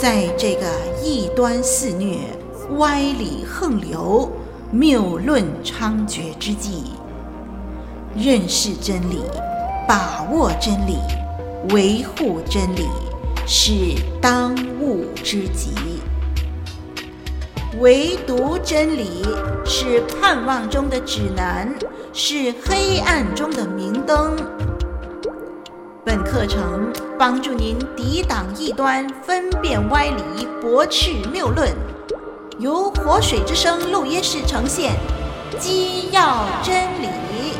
在这个异端肆虐、歪理横流、谬论猖獗之际，认识真理、把握真理、维护真理是当务之急。唯独真理是盼望中的指南，是黑暗中的明灯。本课程帮助您抵挡异端，分辨歪理，驳斥谬论，由活水之声录音室呈现，基要真理。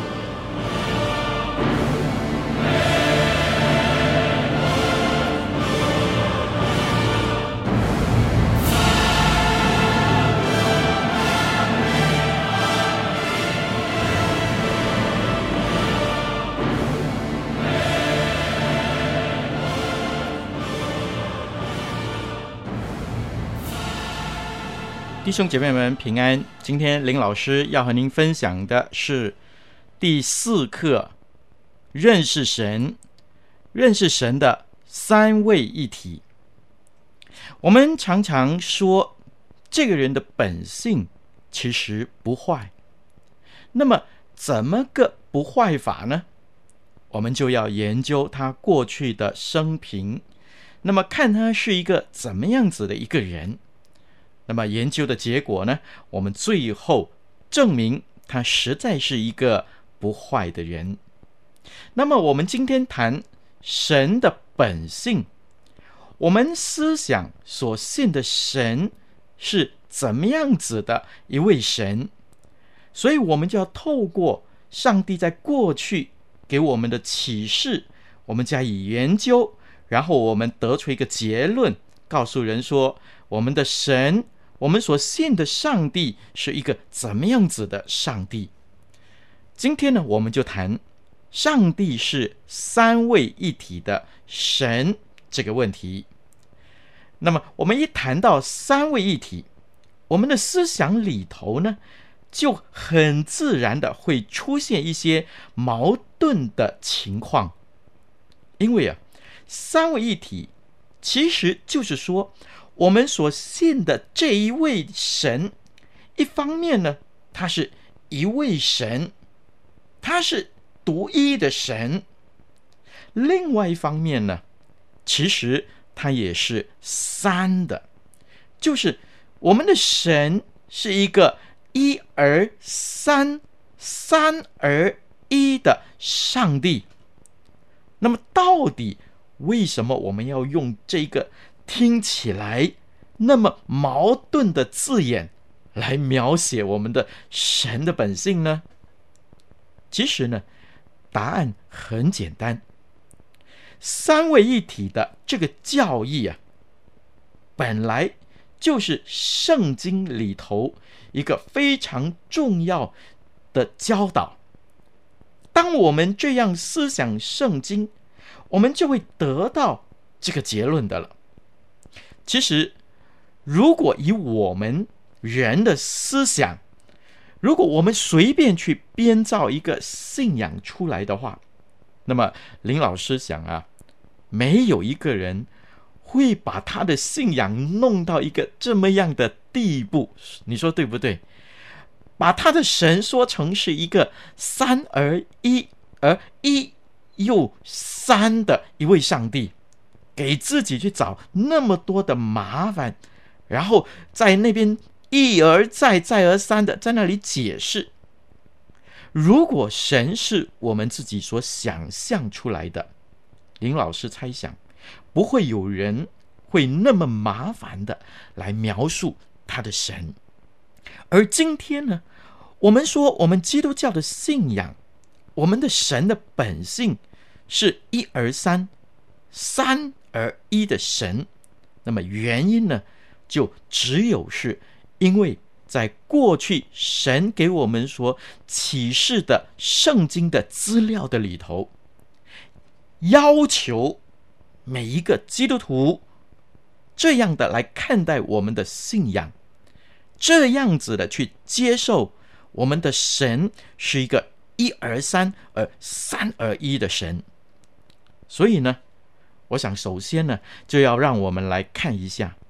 弟兄姐妹们平安，今天林老师要和您分享的是第4课，认识神的三位一体。我们常常说这个人的本性其实不坏，那么怎么个不坏法呢？我们就要研究他过去的生平，那么看他是一个怎么样子的一个人。那么研究的结果呢，我们最后证明他实在是一个不坏的人。那么我们今天谈神的本性，我们思想所信的神是怎么样子的一位神，所以我们就要透过上帝在过去给我们的启示，我们加以研究，然后我们得出一个结论，告诉人说我们的神，我们所信的上帝是一个怎么样子的上帝。今天呢，我们就谈上帝是三位一体的神这个问题。那么我们一谈到三位一体，我们的思想里头呢，就很自然的会出现一些矛盾的情况。因为三位一体其实就是说，我们所信的这一位神，一方面呢，他是一位神，他是独一的神；另外一方面呢，其实他也是三的，就是我们的神是一个一而三、三而一的上帝。那么到底为什么我们要用这个听起来那么矛盾的字眼来描写我们的神的本性呢？其实呢，答案很简单。三位一体的这个教义本来就是圣经里头一个非常重要的教导。当我们这样思想圣经，我们就会得到这个结论的了。其实如果以我们人的思想，如果我们随便去编造一个信仰出来的话，那么林老师想没有一个人会把他的信仰弄到一个这么样的地步，你说对不对？把他的神说成是一个三而一，而一又三的一位上帝，给自己去找那么多的麻烦，然后在那边一而再再而三的在那里解释。如果神是我们自己所想象出来的，林老师猜想不会有人会那么麻烦的来描述他的神。而今天呢，我们说我们基督教的信仰，我们的神的本性是一而三、三而一的神。那么原因呢，就只有是因为在过去神给我们所启示的圣经的资料的里头，要求每一个基督徒这样的来看待我们的信仰，这样子的去接受我们的神是一个一而三而三而一的神。所以呢，我想首先呢，就要让我们来看一下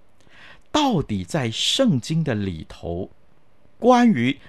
到底在圣经的里头，关于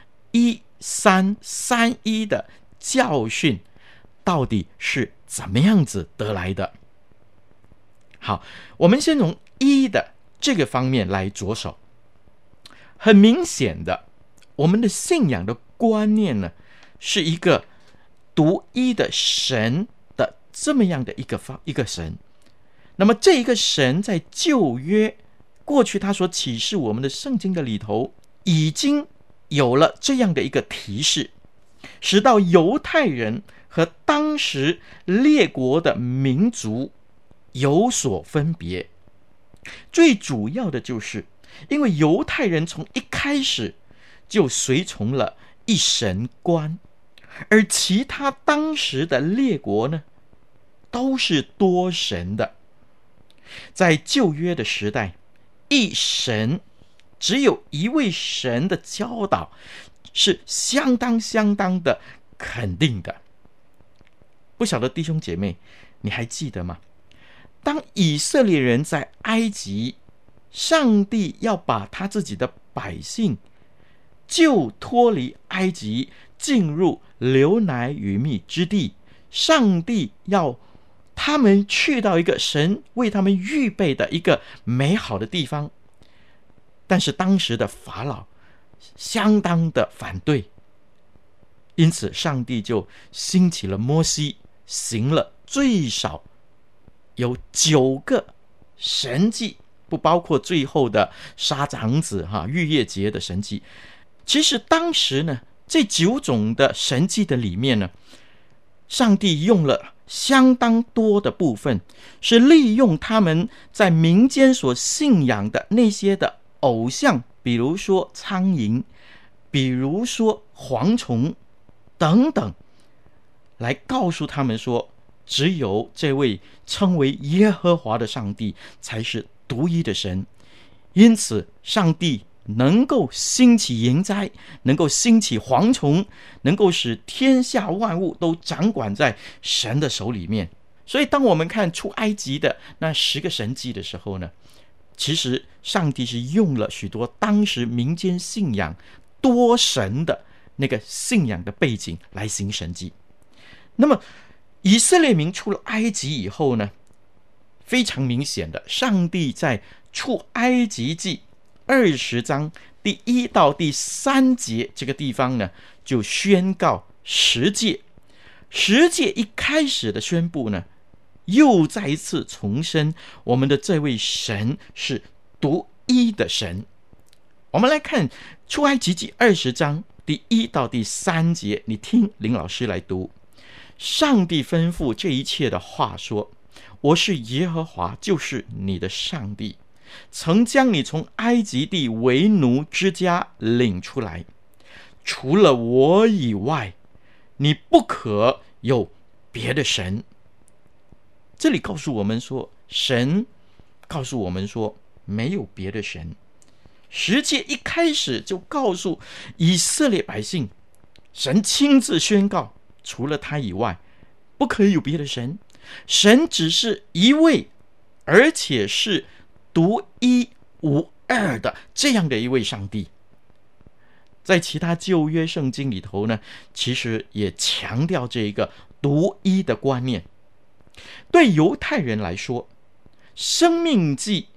1331的教训到底是怎么样子得来的。好，我们先从的这个方面来着手。很明显的，我们的信仰的观念呢，是一个独一的神的这么样的一个神。那么这一个神在旧约过去他所启示我们的圣经的里头，已经有了这样的一个提示，使到犹太人和当时列国的民族有所分别。最主要的就是因为犹太人从一开始就随从了一神观，而其他当时的列国呢，都是多神的。在旧约的时代，一神，只有一位神的教导是相当的肯定的。不晓得弟兄姐妹你还记得吗？当以色列人在埃及，上帝要把他自己的百姓就脱离埃及，进入流奶与蜜之地，上帝要他们去到一个神为他们预备的一个美好的地方。但是当时的法老相当的反对，因此上帝就兴起了摩西，行了最少有9个神迹，不包括最后的杀长子逾越节的神迹。其实当时呢，这9种的神迹的里面呢，上帝用了相当多的部分，是利用他们在民间所信仰的那些的偶像，比如说苍蝇，比如说蝗虫等等，来告诉他们说，只有这位称为耶和华的上帝才是独一的神。因此上帝能够兴起蝇灾，能够兴起蝗虫，能够使天下万物都掌管在神的手里面。所以当我们看出埃及的那10个神迹的时候呢，其实上帝是用了许多当时民间信仰多神的那个信仰的背景来行神迹。那么以色列民出了埃及以后呢，非常明显的，上帝在出埃及记20章第1到第3节这个地方呢，就宣告10诫。10诫一开始的宣布呢，又再一次重申我们的这位神是独一的神。我们来看出埃及记20章第1到第3节，你听林老师来读。上帝吩咐这一切的话说，我是耶和华，就是你的上帝，曾将你从埃及地为奴之家领出来，除了我以外，你不可有别的神。这里告诉我们说，神告诉我们说没有别的神。10诫一开始就告诉以色列百姓，神亲自宣告，除了他以外不可以有别的神，神只是一位，而且是独一无二的这样的一位上帝。在其他旧约圣经里头呢，其实也强调这一个独一的观念。对犹太人来说，申命记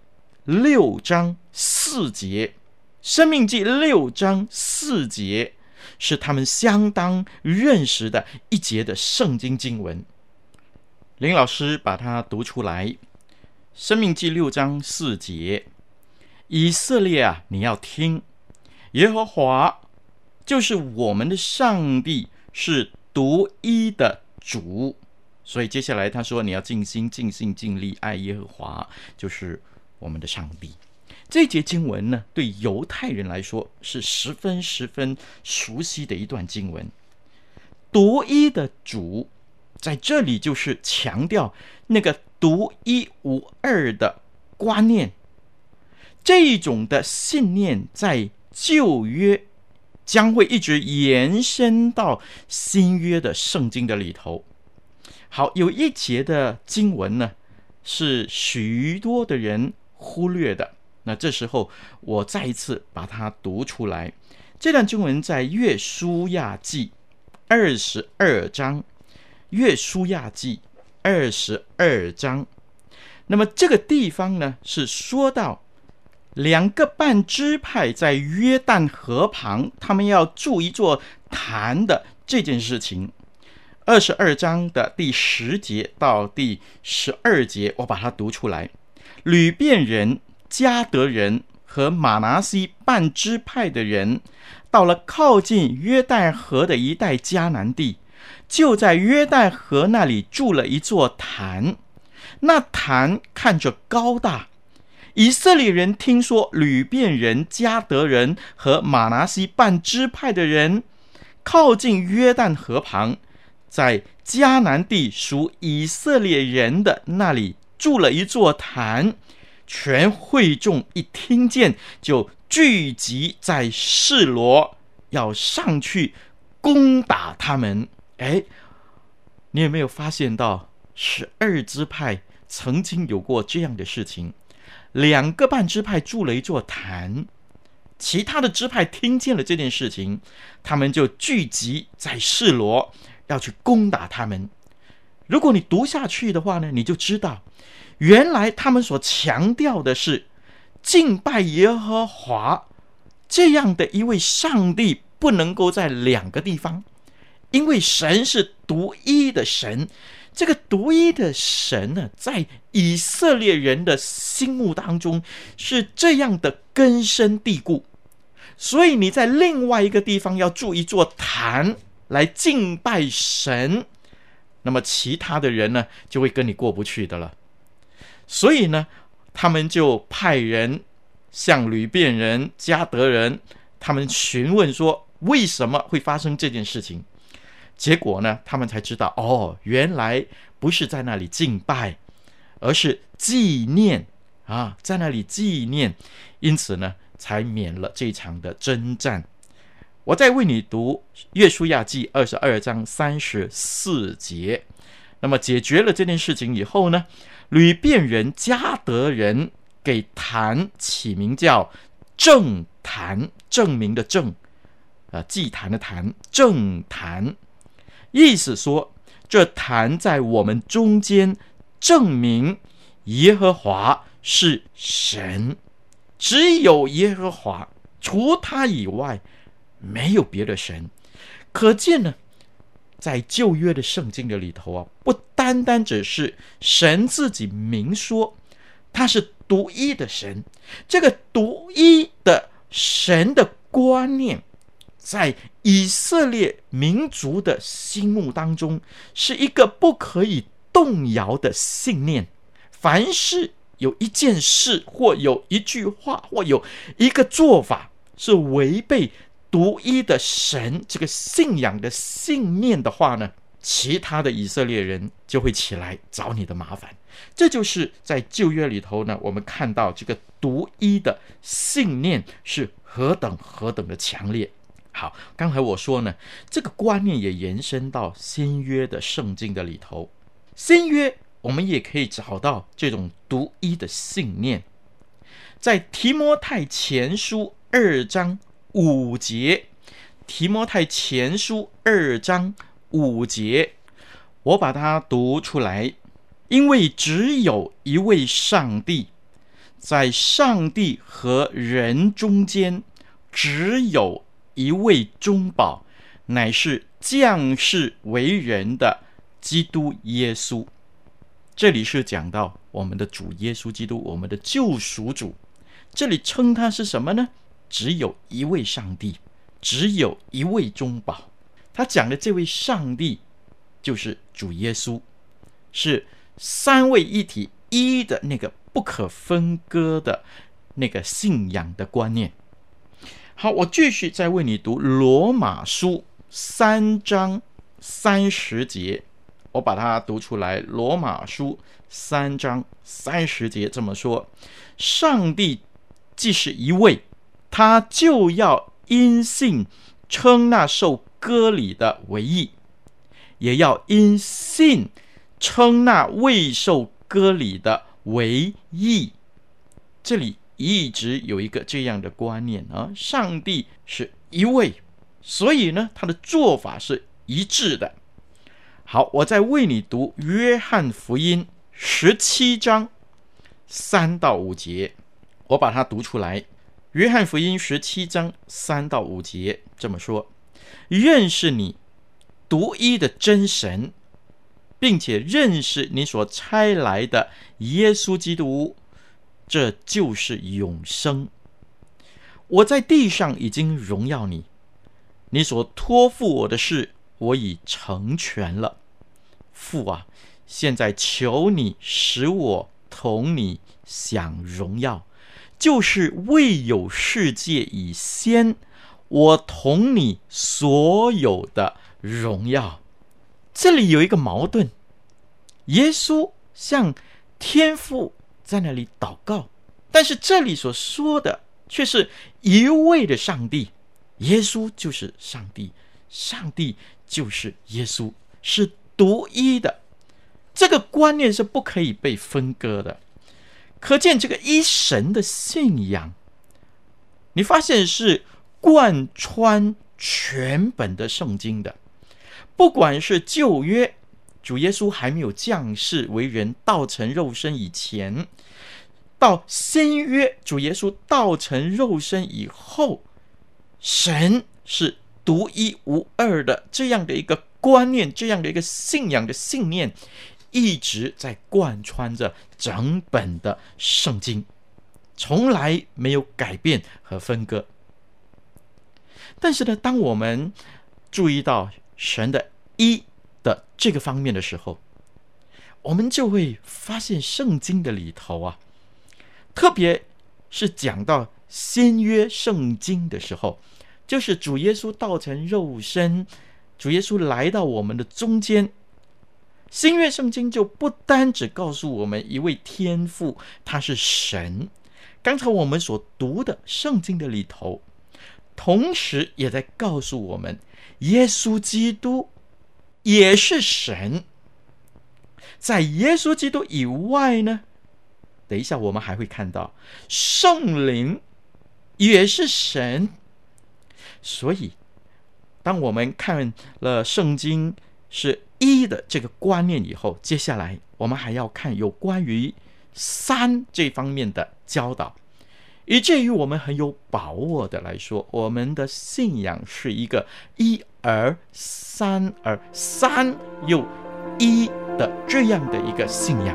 6章4节，申命记6章4节是他们相当认识的一节的圣经经文。林老师把它读出来。申命记6章4节，以色列啊，你要听，耶和华就是我们的上帝，是独一的主。所以接下来他说，你要尽心尽性尽力爱耶和华，就是我们的上帝。这节经文呢，对犹太人来说是十分熟悉的一段经文。独一的主在这里就是强调那个独一无二的观念。这种的信念在旧约将会一直延伸到新约的圣经的里头。好，有一节的经文呢，是许多的人忽略的， 那这时候我再一次把它读出来。这段经文在约书亚记22章，约书亚记22章。那么这个地方呢，是说到2个半支派在约旦河旁，他们要筑一座坛的这件事情。22章的第10节到第12节，我把它读出来。吕遍人、迦得人和玛拿西半支派的人，到了靠近约旦河的一带迦南地，就在约旦河那里筑了一座坛。那坛看着高大，以色列人听说吕遍人、迦得人和玛拿西半支派的人靠近约旦河旁，在迦南地属以色列人的那里筑了一座坛，全会众一听见，就聚集在示罗，要上去攻打他们。你有没有发现到12支派曾经有过这样的事情？2个半支派筑了一座坛，其他的支派听见了这件事情，他们就聚集在示罗，要去攻打他们。如果你读下去的话呢，你就知道原来他们所强调的是敬拜耶和华这样的一位上帝，不能够在2个地方，因为神是独一的神。这个独一的神呢，在以色列人的心目当中是这样的根深蒂固，所以你在另外一个地方要筑一座坛来敬拜神，那么其他的人呢就会跟你过不去的了。所以呢，他们就派人向吕遍人、迦得人，他们询问说为什么会发生这件事情。结果呢，他们才知道，原来不是在那里敬拜，而是纪念在那里纪念，因此呢，才免了这场的征战。我再为你读约书亚记22章34节。那么解决了这件事情以后呢，吕遍人、迦得人给坛起名叫正坛，证明的正，祭坛的坛，正坛。意思说，这坛在我们中间证明耶和华是神，只有耶和华，除他以外没有别的神。可见呢，在旧约的圣经的里头不单单只是神自己明说他是独一的神，这个独一的神的观念在以色列民族的心目当中是一个不可以动摇的信念。凡是有一件事或有一句话或有一个做法是违背独一的神这个信仰的信念的话呢，其他的以色列人就会起来找你的麻烦。这就是在旧约里头呢，我们看到这个独一的信念是何等的强烈。好，刚才我说呢，这个观念也延伸到新约的圣经的里头。新约我们也可以找到这种独一的信念，在提摩太前书2章5节，提摩太前书2章5节，我把它读出来。因为只有一位上帝，在上帝和人中间只有一位中保，乃是降世为人的基督耶稣。这里是讲到我们的主耶稣基督，我们的救赎主。这里称他是什么呢？只有一位上帝，只有一位中保。他讲的这位上帝就是主耶稣，是三位一体一的那个不可分割的那个信仰的观念。好，我继续再为你读罗马书3章30节，我把它读出来。罗马书3章30节这么说：上帝既是一位，他就要因信称那受割礼的为义，也要因信称那未受割礼的为义。这里一直有一个这样的观念啊，上帝是一位，所以呢，他的做法是一致的。好，我再为你读约翰福音17章3到5节，我把它读出来。约翰福音17章3到5节这么说：认识你独一的真神，并且认识你所差来的耶稣基督，这就是永生。我在地上已经荣耀你，你所托付我的事，我已成全了。父啊，现在求你使我同你享荣耀，就是未有世界以先，我同你所有的荣耀。这里有一个矛盾，耶稣向天父在那里祷告，但是这里所说的却是一位的上帝，耶稣就是上帝，上帝就是耶稣，是独一的。这个观念是不可以被分割的。可见这个一神的信仰，你发现是贯穿全本的圣经的。不管是旧约，主耶稣还没有降世为人道成肉身以前，到新约主耶稣道成肉身以后，神是独一无二的，这样的一个观念，这样的一个信仰的信念，一直在贯穿着整本的圣经，从来没有改变和分割。但是呢，当我们注意到神的一的这个方面的时候，我们就会发现圣经的里头啊，特别是讲到新约圣经的时候，就是主耶稣道成肉身，主耶稣来到我们的中间。新约圣经就不单只告诉我们一位天父，他是神。刚才我们所读的圣经的里头，同时也在告诉我们，耶稣基督也是神。在耶稣基督以外呢，等一下我们还会看到圣灵也是神。所以当我们看了圣经是一的这个观念以后，接下来我们还要看有关于三这方面的教导，以至于我们很有把握的来说，我们的信仰是一个一而三而三又一的这样的一个信仰。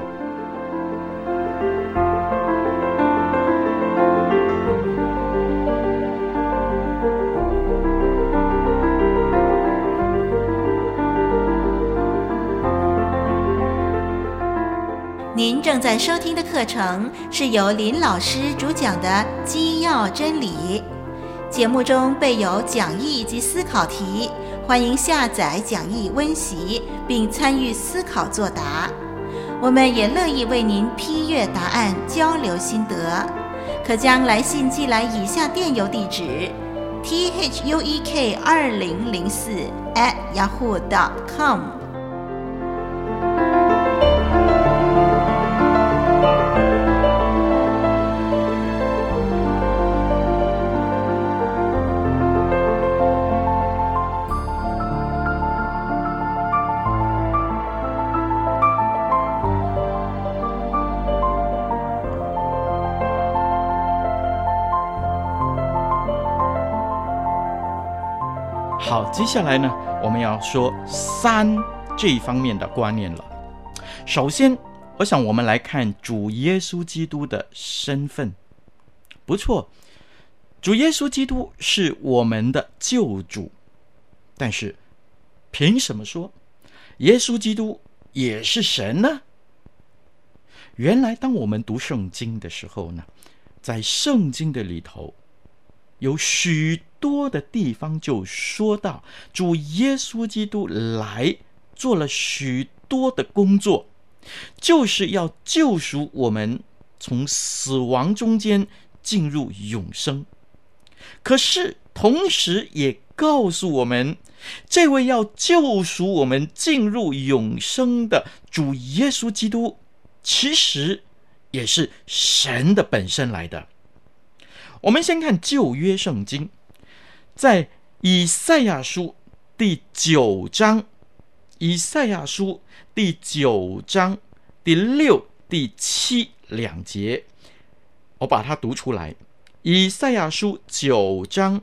您正在收听的课程是由林老师主讲的《基要真理》，节目中备有讲义及思考题，欢迎下载讲义温习，并参与思考作答。我们也乐意为您批阅答案，交流心得。可将来信寄来以下电邮地址 thuk2004@yahoo.com。 好，接下来呢，我们要说三这一方面的观念了。首先，我想我们来看主耶稣基督的身份。不错，主耶稣基督是我们的救主，但是凭什么说耶稣基督也是神呢？原来当我们读圣经的时候呢，在圣经的里头有许多的地方就说到主耶稣基督来做了许多的工作，就是要救赎我们从死亡中间进入永生。可是同时也告诉我们，这位要救赎我们进入永生的主耶稣基督，其实也是神的本身来的。 我们先看旧约圣经，在以赛亚书第9章，以赛亚书第9章第6、第7两节，我把它读出来。以赛亚书9章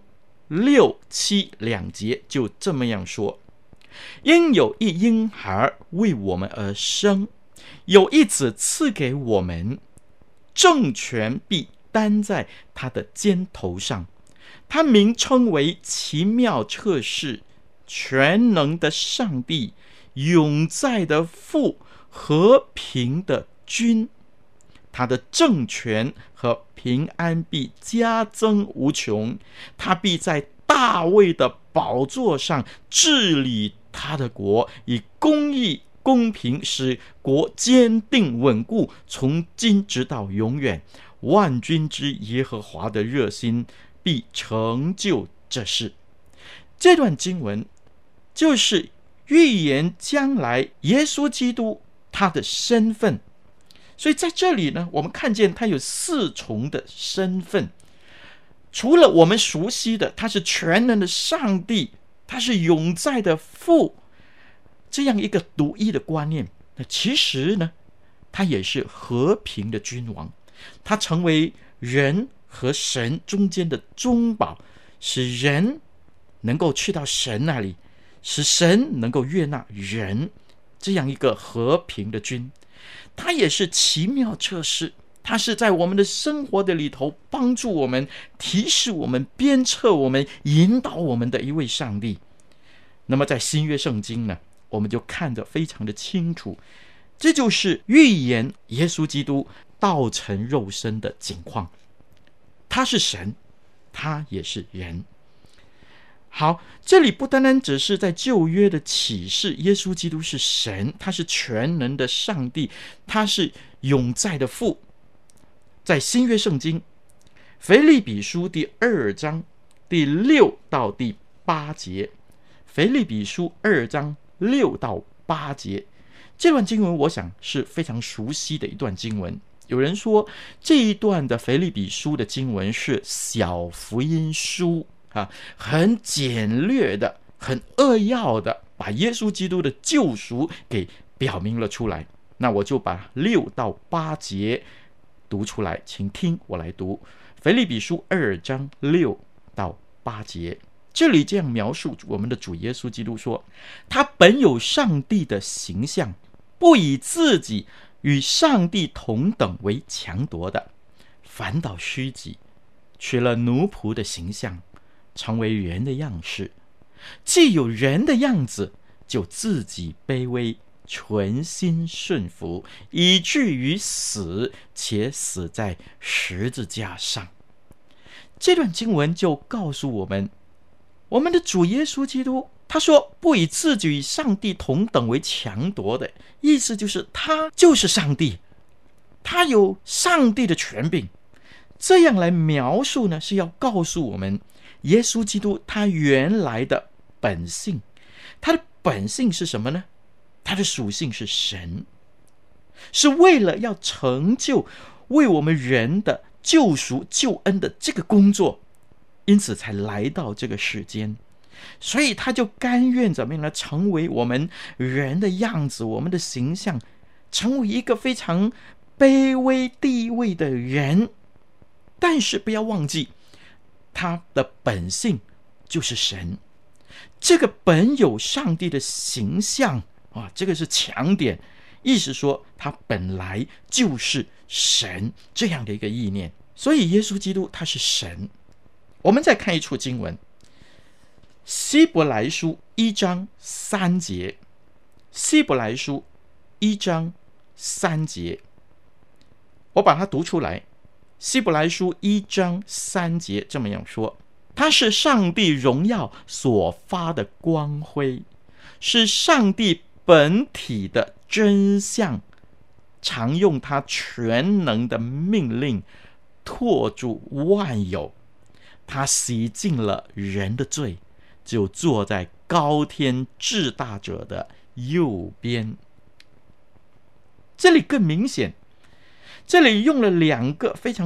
6、7两节就这么样说：因有一婴孩为我们而生，有一子赐给我们，政权必担在他的肩头上，他名称为奇妙策士，全能的上帝，永在的父，和平的君。他的政权和平安必加增无穷，他必在大卫的宝座上治理他的国，以公义公平使国坚定稳固，从今直到永远。万军之耶和华的热心必成就这事。这段经文就是预言将来耶稣基督他的身份。所以在这里呢，我们看见他有4重的身份。除了我们熟悉的他是全能的上帝，他是永在的父，这样一个独一的观念，那其实呢，他也是和平的君王。他成为人和神中间的中保，使人能够去到神那里，使神能够悦纳人，这样一个和平的君。他也是奇妙策士，他是在我们的生活的里头帮助我们、提示我们、鞭策我们、引导我们的一位上帝。那么在新约圣经呢，我们就看得非常的清楚，这就是预言耶稣基督道成肉身的景况。他是神，他也是人。好，这里不单单只是在旧约的启示，耶稣基督是神，他是全能的上帝，他是永在的父。在新约圣经腓立比书第2章第6到第8节，腓立比书2章6到8节，这段经文我想是非常熟悉的一段经文。有人说这一段的腓立比书的经文是小福音书，很简略的、很扼要的把耶稣基督的救赎给表明了出来。那我就把6到8节读出来，请听我来读。腓立比书2章6到8节，这里这样描述我们的主耶稣基督说：他本有上帝的形象，不以自己与上帝同等为强夺的，反倒虚己，取了奴仆的形象，成为人的样式。既有人的样子，就自己卑微，存心顺服，以至于死，且死在十字架上。这段经文就告诉我们，我们的主耶稣基督，他说不以自己与上帝同等为强夺的，意思就是他就是上帝，他有上帝的权柄。这样来描述呢，是要告诉我们耶稣基督他原来的本性。他的本性是什么呢？他的属性是神，是为了要成就为我们人的救赎救恩的这个工作，因此才来到这个世间。所以他就甘愿怎么样呢？成为我们人的样子，我们的形象，成为一个非常卑微地位的人。但是不要忘记，他的本性就是神，这个本有上帝的形象这个是强点，意思说他本来就是神这样的一个意念。所以耶稣基督他是神。我们再看一处经文，希伯来书1章3节，希伯来书1章3节，我把它读出来。希伯来书1章3节这么样说：他是上帝荣耀所发的光辉，是上帝本体的真相，常用他全能的命令托住万有。他洗净了人的罪，就坐在高天至大者的右边。这里更明显，这里用了2个非常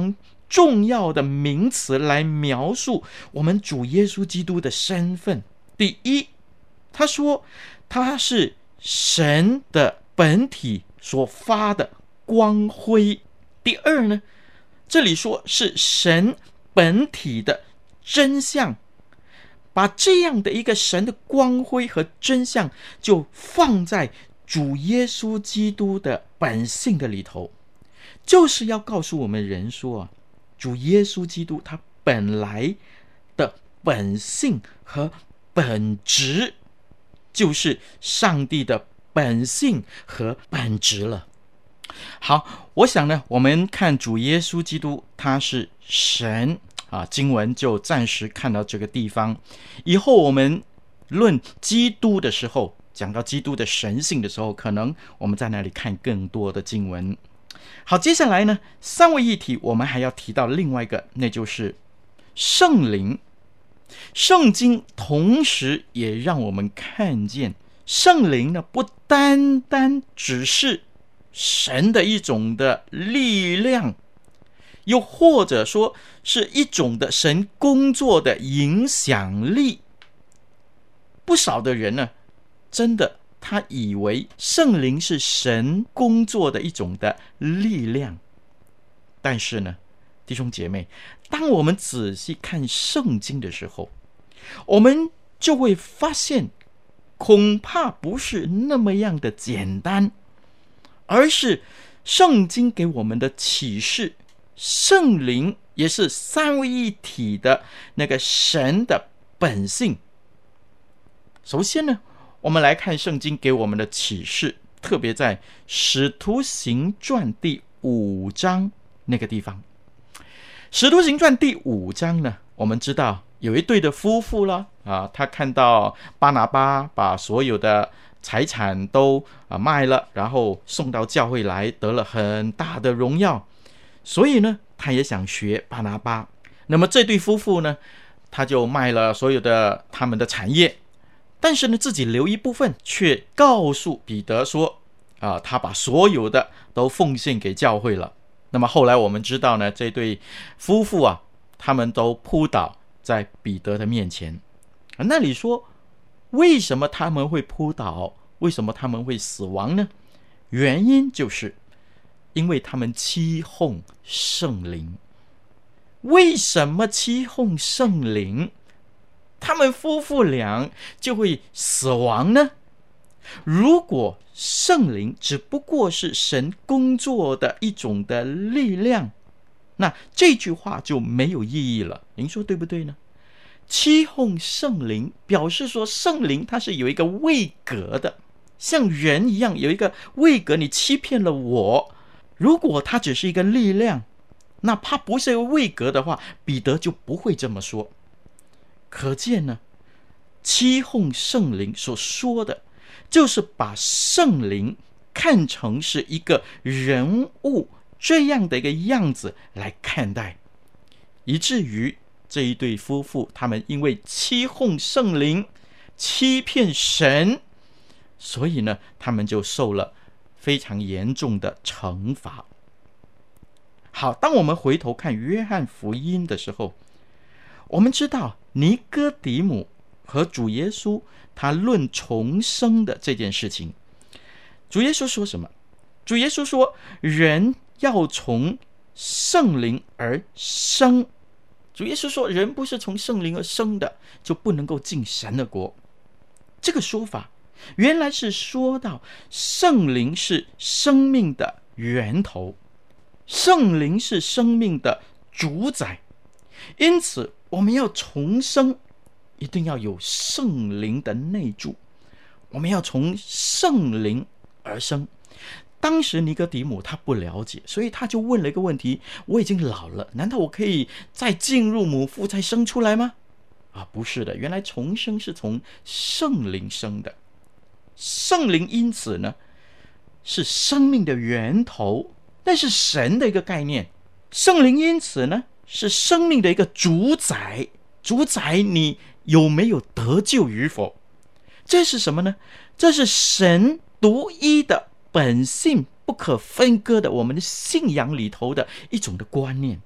重要的名词来描述我们主耶稣基督的身份。第一，他说他是神的本体所发的光辉。第二呢，这里说是神本体的真相，把这样的一个神的光辉和真相就放在主耶稣基督的本性的里头，就是要告诉我们人说，主耶稣基督他本来的本性和本质就是上帝的本性和本质了。好，我想呢，我们看主耶稣基督他是神经文就暂时看到这个地方，以后我们论基督的时候，讲到基督的神性的时候，可能我们在那里看更多的经文。好，接下来呢，三位一体我们还要提到另外一个，那就是圣灵。圣经同时也让我们看见圣灵呢，不单单只是神的一种的力量，又或者说是一种的神工作的影响力。不少的人呢，真的他以为圣灵是神工作的一种的力量，但是呢，弟兄姐妹，当我们仔细看圣经的时候，我们就会发现恐怕不是那么样的简单，而是圣经给我们的启示，圣灵也是三位一体的那个神的本性。首先呢，我们来看圣经给我们的启示，特别在使徒行传第5章那个地方。使徒行传第5章呢，我们知道有一对的夫妇了他看到巴拿巴把所有的财产都卖了，然后送到教会来，得了很大的荣耀，所以呢他也想学巴拿巴。那么这对夫妇呢，他就卖了所有的他们的产业，但是呢自己留一部分，却告诉彼得说他把所有的都奉献给教会了。那么后来我们知道呢，这对夫妇他们都扑倒在彼得的面前。那里说为什么他们会扑倒，为什么他们会死亡呢？原因就是因为他们欺哄圣灵。为什么欺哄圣灵，他们夫妇俩就会死亡呢？如果圣灵只不过是神工作的一种的力量，那这句话就没有意义了。您说对不对呢？欺哄圣灵表示说圣灵它是有一个位格的，像人一样有一个位格，你欺骗了我。如果它只是一个力量，那它不是一个位格的话，彼得就不会这么说。可见呢，欺哄圣灵所说的就是把圣灵看成是一个人物这样的一个样子来看待，以至于这一对夫妇他们因为欺哄圣灵，欺骗神，所以呢他们就受了非常严重的惩罚。好，当我们回头看约翰福音的时候，我们知道尼哥底母和主耶稣他论重生的这件事情。主耶稣说什么？主耶稣说人要从圣灵而生。主耶稣说人不是从圣灵而生的，就不能够进神的国。这个说法原来是说到圣灵是生命的源头，圣灵是生命的主宰，因此我们要重生，一定要有圣灵的内住，我们要从圣灵而生。当时尼哥底母他不了解，所以他就问了一个问题，我已经老了，难道我可以再进入母腹再生出来吗？不是的，原来重生是从圣灵生的。圣灵因此呢是生命的源头，那是神的一个概念。圣灵因此呢是生命的一个主宰，主宰你有没有得救与否。这是什么呢？这是神独一的本性不可分割的我们的信仰里头的一种的观念。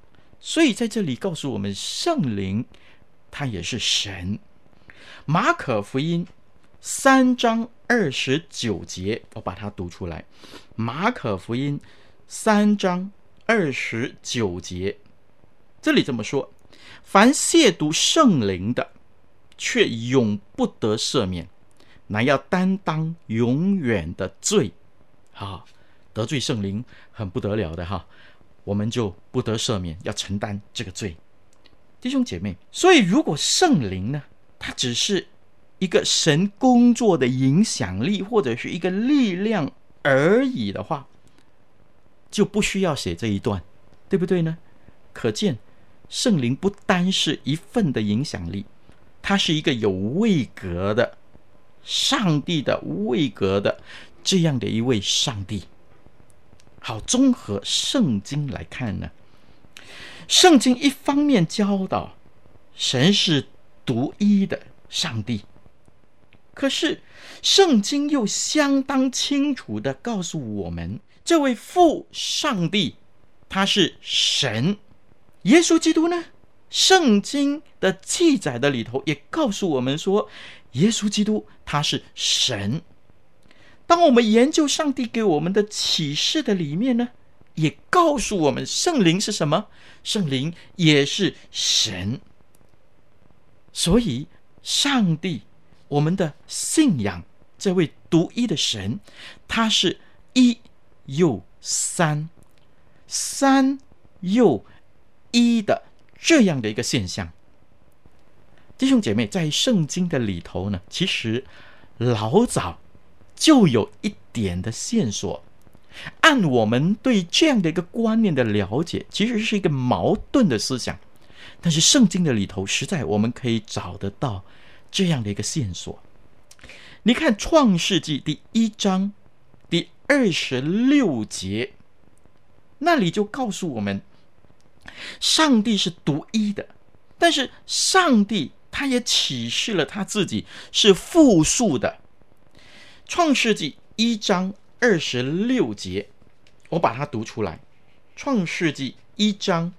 所以在这里告诉我们，圣灵他也是神。马可福音3章29节，我把它读出来。马可福音3章29节，这里这么说：凡亵渎圣灵的，却永不得赦免，乃要担当永远的罪。得罪圣灵很不得了的哈，我们就不得赦免，要承担这个罪。弟兄姐妹，所以如果圣灵呢，它只是一个神工作的影响力，或者是一个力量而已的话，就不需要写这一段，对不对呢？可见圣灵不单是一份的影响力，它是一个有位格的，上帝的位格的这样的一位上帝。好，综合圣经来看呢，圣经一方面教导神是独一的上帝，可是圣经又相当清楚地告诉我们，这位父上帝他是神。耶稣基督呢，圣经的记载的里头也告诉我们说，耶稣基督他是神。当我们研究上帝给我们的启示的里面呢，也告诉我们圣灵是什么？圣灵也是神。所以上帝，我们的信仰这位独一的神，他是一又三，三又一的这样的一个现象。弟兄姐妹，在圣经的里头呢，其实老早就有一点的线索。按我们对这样的一个观念的了解，其实是一个矛盾的思想，但是圣经的里头实在我们可以找得到这样的一个线索。你看创世纪第1章第26节，那里就告诉我们，上帝是独一的，但是上帝他也启示了他自己是复数的。创世纪1章26节，我把它读出来。创世纪1章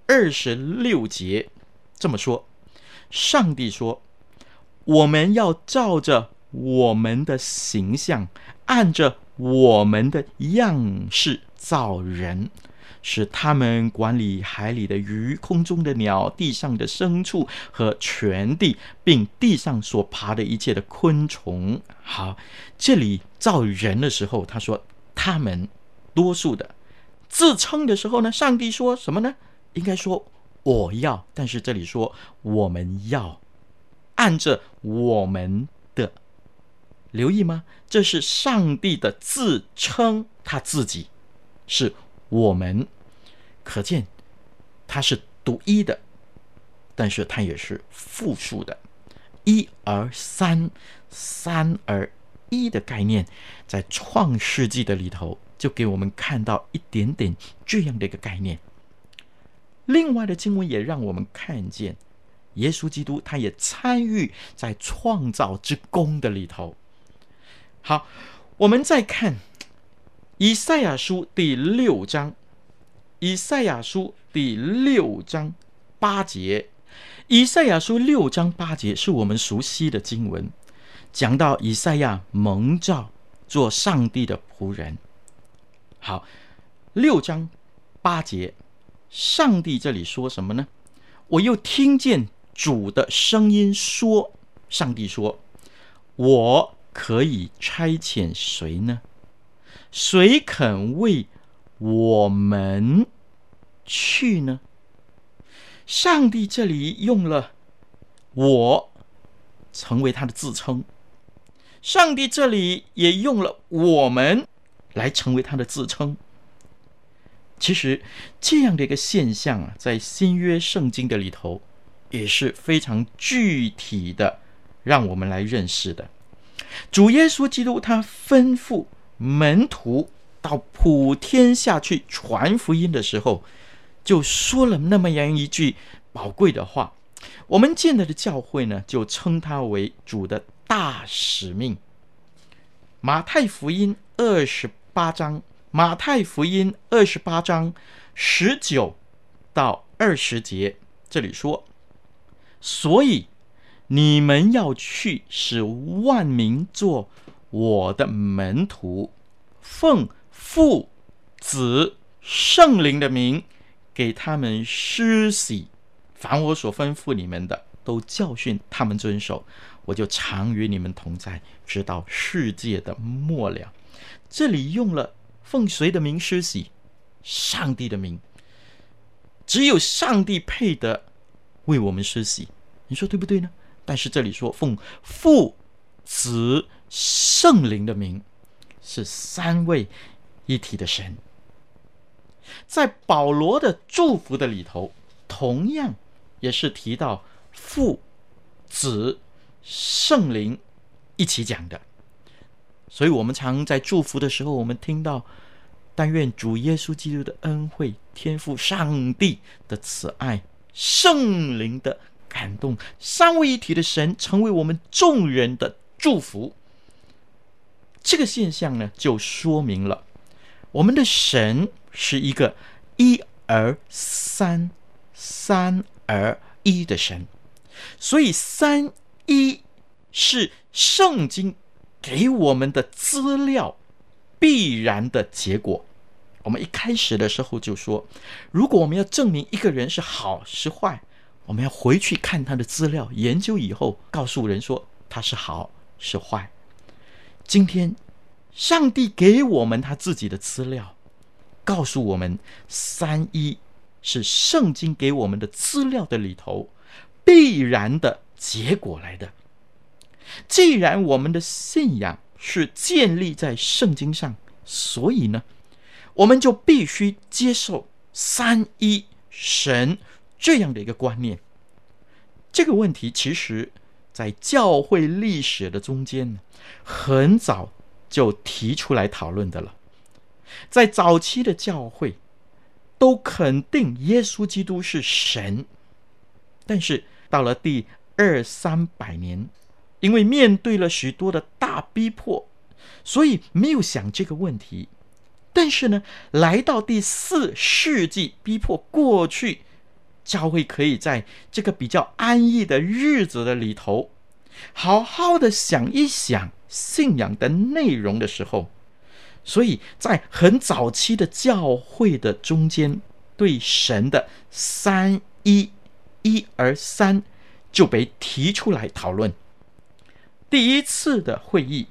26节这么说，上帝说，我们要照着我们的形象，按着我们的样式造人，使他们管理海里的鱼、空中的鸟、地上的牲畜和全地，并地上所爬的一切的昆虫。好，这里造人的时候，他说他们多数的，自称的时候呢，上帝说什么呢？应该说我要，但是这里说我们要，按着我们的。留意吗？这是上帝的自称，他自己是我们，可见他是独一的，但是他也是复数的，一而三，三而一的概念，在创世纪的里头就给我们看到一点点这样的一个概念。另外的经文也让我们看见，耶稣基督他也参与在创造之功的里头。好，我们再看以赛亚书第6章，以赛亚书第6章8节，以赛亚书6章8节是我们熟悉的经文，讲到以赛亚蒙召做上帝的仆人。好，6章8节，上帝这里说什么呢？我又听见主的声音说，上帝说，我可以差遣谁呢？谁肯为我们去呢？上帝这里用了我成为他的自称，上帝这里也用了我们来成为他的自称。其实这样的一个现象啊，在新约圣经的里头也是非常具体的，让我们来认识的。主耶稣基督他吩咐门徒到普天下去传福音的时候，就说了那么样一句宝贵的话。我们建立的教会呢，就称它为主的大使命。马太福音28章，马太福音28章19到 20节，这里说，所以你们要去，使万民做我的门徒，奉父子圣灵的名给他们施洗，凡我所吩咐你们的，都教训他们遵守，我就常与你们同在，直到世界的末了。这里用了奉谁的名施洗？上帝的名。只有上帝配得为我们施洗，你说对不对呢？但是这里说奉父子圣灵的名，是三位一体的神。在保罗的祝福的里头，同样也是提到父子圣灵一起讲的。所以我们常在祝福的时候，我们听到但愿主耶稣基督的恩惠、天父上帝的慈爱、圣灵的感动，三位一体的神成为我们众人的祝福。这个现象呢，就说明了我们的神是一个一而三、三而一的神。所以三一是圣经给我们的资料必然的结果。我们一开始的时候就说，如果我们要证明一个人是好是坏，我们要回去看他的资料，研究以后告诉人说他是好是坏。今天上帝给我们他自己的资料，告诉我们三一是圣经给我们的资料的里头必然的结果来的。既然我们的信仰是建立在圣经上，所以呢，我们就必须接受三一神这样的一个观念。这个问题其实在教会历史的中间很早就提出来讨论的了。在早期的教会都肯定耶稣基督是神，但是到了第200-300年，因为面对了许多的大逼迫，所以没有想这个问题。但是呢，来到第4世纪，逼迫过去，教会可以在这个比较安逸的日子的里头，好好的想一想信仰的内容的时候，所以在很早期的教会的中间，对神的三一、一而三就被提出来讨论。第一次的会议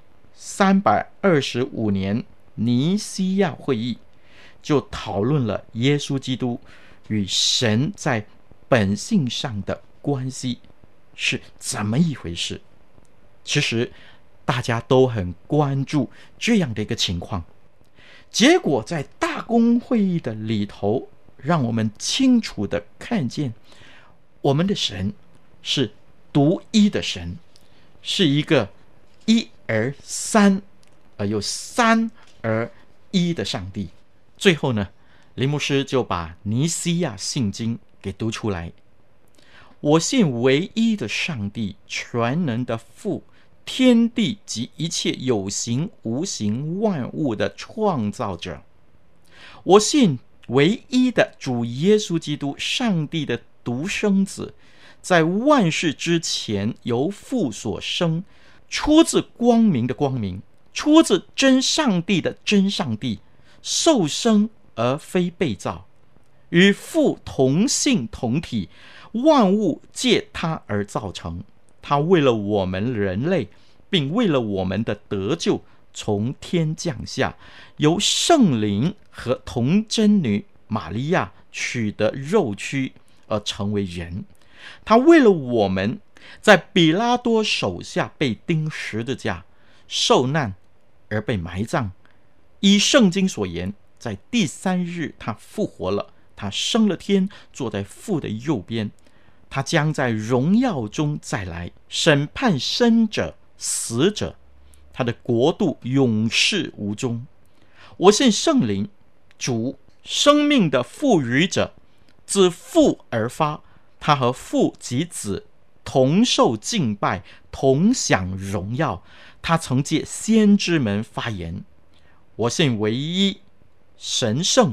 325年尼西亚会议就讨论了耶稣基督与神在本性上的关系是怎么一回事。其实大家都很关注这样的一个情况，结果在大公会议的里头，让我们清楚的看见我们的神是独一的神，是一个一而三而又三而一的上帝。最后呢，林牧师就把尼西亚信经给读出来。我信唯一的上帝，全能的父，天地及一切有形无形万物的创造者。我信唯一的主耶稣基督，上帝的独生子，在万事之前由父所生，出自光明的光明，出自真上帝的真上帝，受生而非被造，与父同性同体，万物借他而造成。他为了我们人类，并为了我们的得救，从天降下，由圣灵和童贞女玛利亚取得肉躯而成为人。他为了我们，在比拉多手下被钉十字架，受难而被埋葬。依圣经所言，在第3日他复活了，他升了天，坐在父的右边。他将在荣耀中再来，审判生者死者，他的国度永世无终。我信圣灵，主生命的赋予者，自父而发，他和父及子同受敬拜，同享荣耀。他曾借先知们发言。我信唯一神圣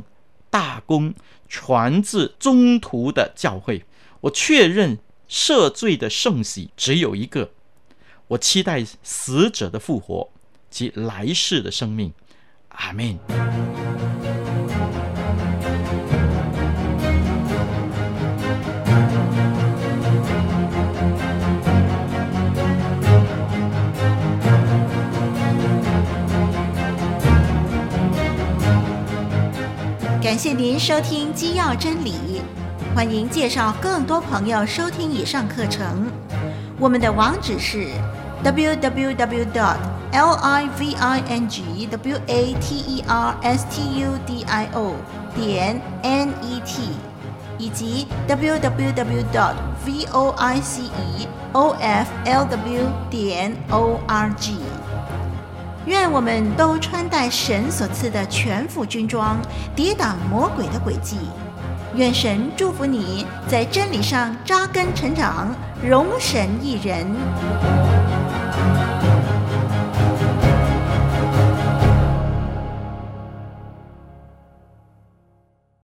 大功传自宗徒的教会。我确认赦罪的圣喜只有一个，我期待死者的复活及来世的生命。阿们。 感谢您收听基要真理，欢迎介绍更多朋友收听以上课程。我们的网址是 www.livingwaterstudio.net 以及 www.voiceoflw.org。愿我们都穿戴神所赐的全副军装，抵挡魔鬼的诡计。愿神祝福你在真理上扎根成长，荣神益人。